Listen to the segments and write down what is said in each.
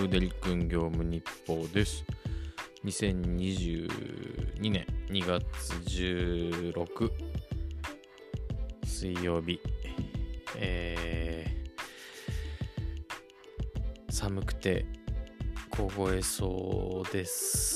フデリ君業務日報です。2022年2月16水曜日、寒くて凍えそうです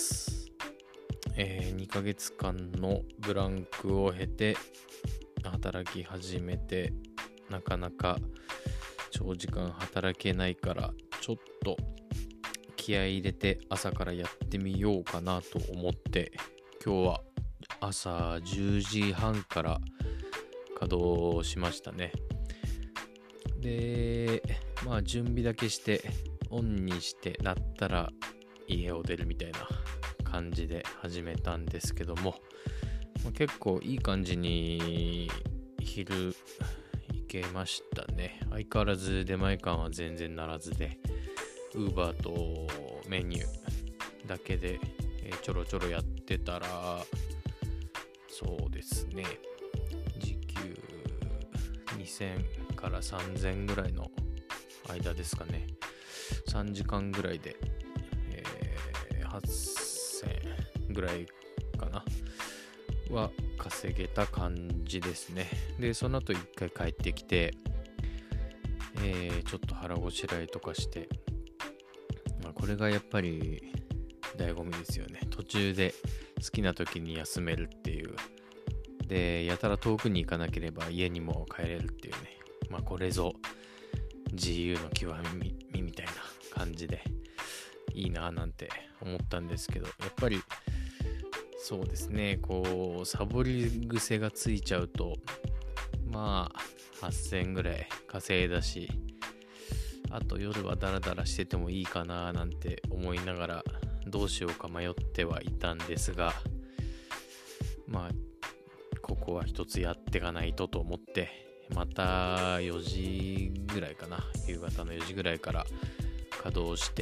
。2ヶ月間のブランクを経て働き始めて、なかなか長時間働けないから、ちょっと気合い入れて朝からやってみようかなと思って、今日は朝10時半から稼働しましたね。で、準備だけしてオンにしてなったら家を出るみたいな感じで始めたんですけども、結構いい感じに昼行けましたね。相変わらず出前館は全然ならずで、Uber とメニューだけで、ちょろちょろやってたら、そうですね、時給2000から3000ぐらいの間ですかね。3時間ぐらいで、8000ぐらいかなは稼げた感じですね。で、その後一回帰ってきて、ちょっと腹ごしらえとかして、これがやっぱり醍醐味ですよね。途中で好きな時に休めるっていう。で、やたら遠くに行かなければ家にも帰れるっていうね。これぞ自由の極みみたいな感じでいいなぁなんて思ったんですけど、やっぱりそうですね、サボり癖がついちゃうと、8000円ぐらい稼いだし、あと夜はダラダラしててもいいかななんて思いながら、どうしようか迷ってはいたんですが、ここは一つやっていかないとと思って、また4時ぐらいかな、夕方の4時ぐらいから稼働して、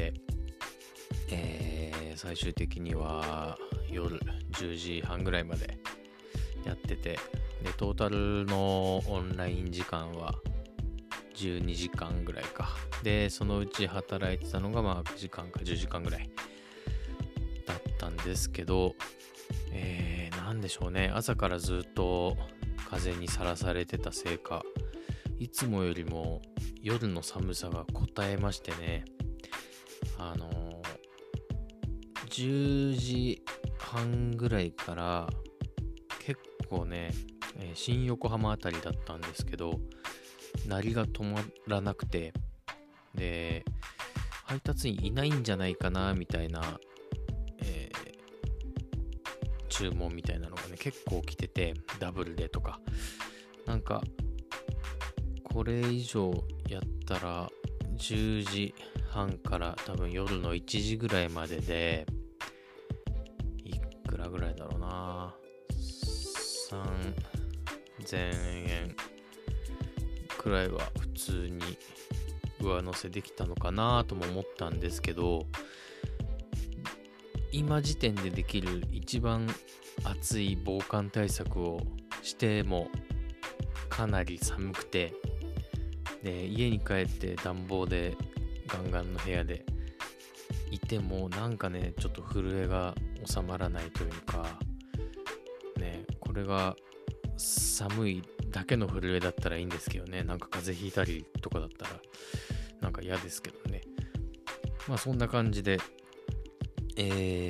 最終的には夜10時半ぐらいまでやってて、でトータルのオンライン時間は12時間ぐらいか。で、そのうち働いてたのが9時間か10時間ぐらいだったんですけど、なんでしょうね、朝からずっと風にさらされてたせいか、いつもよりも夜の寒さがこたえましてね、10時半ぐらいから結構ね、新横浜あたりだったんですけど、鳴りが止まらなくて、で、配達員いないんじゃないかなみたいな、注文みたいなのがね結構来てて、ダブルでとか、これ以上やったら10時半から多分夜の1時ぐらいまででいくらぐらいだろうな、3000円くらいは普通に上乗せできたのかなとも思ったんですけど、今時点でできる一番暑い防寒対策をしてもかなり寒くて、で家に帰って暖房でガンガンの部屋でいてもちょっと震えが収まらないというかね、これが寒いだけの震えだったらいいんですけどね、風邪ひいたりとかだったら嫌ですけどね。そんな感じで今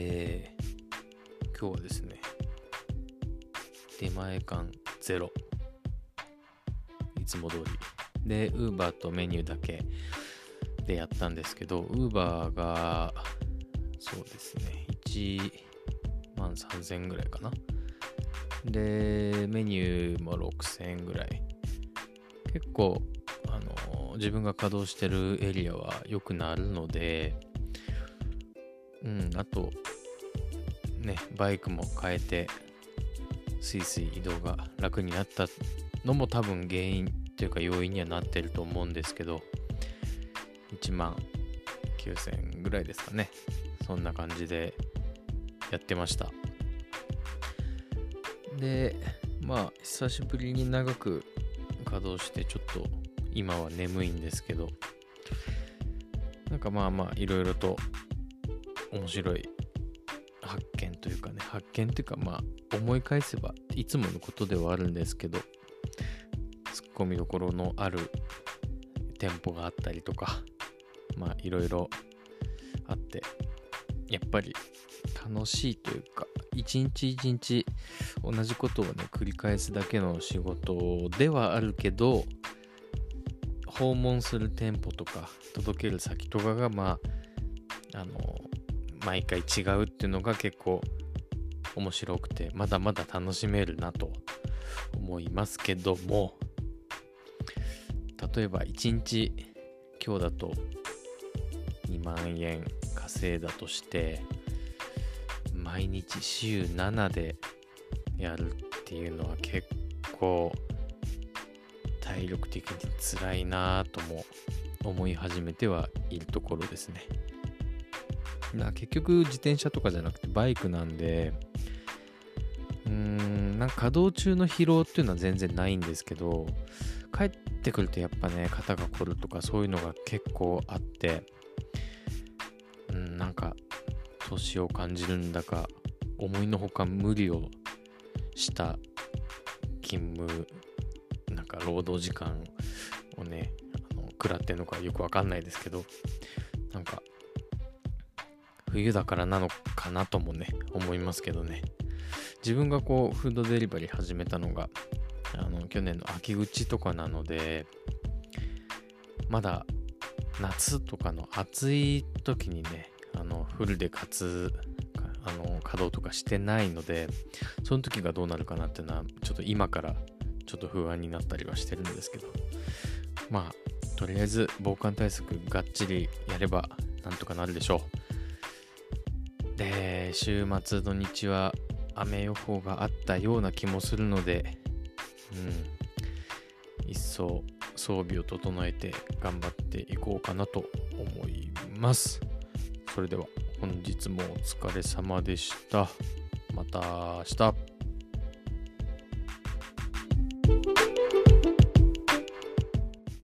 日はですね、出前館ゼロ、いつも通りで Uber とメニューだけでやったんですけど、 Uber がそうですね1万3000円ぐらいかな。でメニューも6000円ぐらい、結構自分が稼働してるエリアは良くなるので、あとね、バイクも変えてスイスイ移動が楽になったのも多分原因というか要因にはなってると思うんですけど、1万9000円ぐらいですかね、そんな感じでやってました。で久しぶりに長く稼働して、ちょっと今は眠いんですけど、 なんかまあまあいろいろと面白い発見というかまあ思い返せばいつものことではあるんですけど、ツッコミどころのあるテンポがあったりとか、まあいろいろあって、やっぱり楽しいというか、一日一日同じことをね繰り返すだけの仕事ではあるけど、訪問する店舗とか届ける先とかが毎回違うっていうのが結構面白くて、まだまだ楽しめるなと思いますけども、例えば1日今日だと2万円稼いだとして、毎日週7でやるっていうのは結構体力的に辛いなぁとも思い始めてはいるところですね。結局自転車とかじゃなくてバイクなんで、なんか稼働中の疲労っていうのは全然ないんですけど、帰ってくるとやっぱね肩が凝るとかそういうのが結構あって、なんか年を感じるんだか、思いのほか無理をした勤務なんか労働時間をね食らってんのかよくわかんないですけど、なんか冬だからなのかなともね思いますけどね。自分がこうフードデリバリー始めたのが去年の秋口とかなので、まだ夏とかの暑い時にねフルで稼働とかしてないので、その時がどうなるかなっていうのはちょっと今からちょっと不安になったりはしてるんですけど、まあとりあえず防寒対策がっちりやればなんとかなるでしょう。で、週末土日は雨予報があったような気もするので、一層装備を整えて頑張っていこうかなと思います。それでは本日もお疲れ様でした。また明日。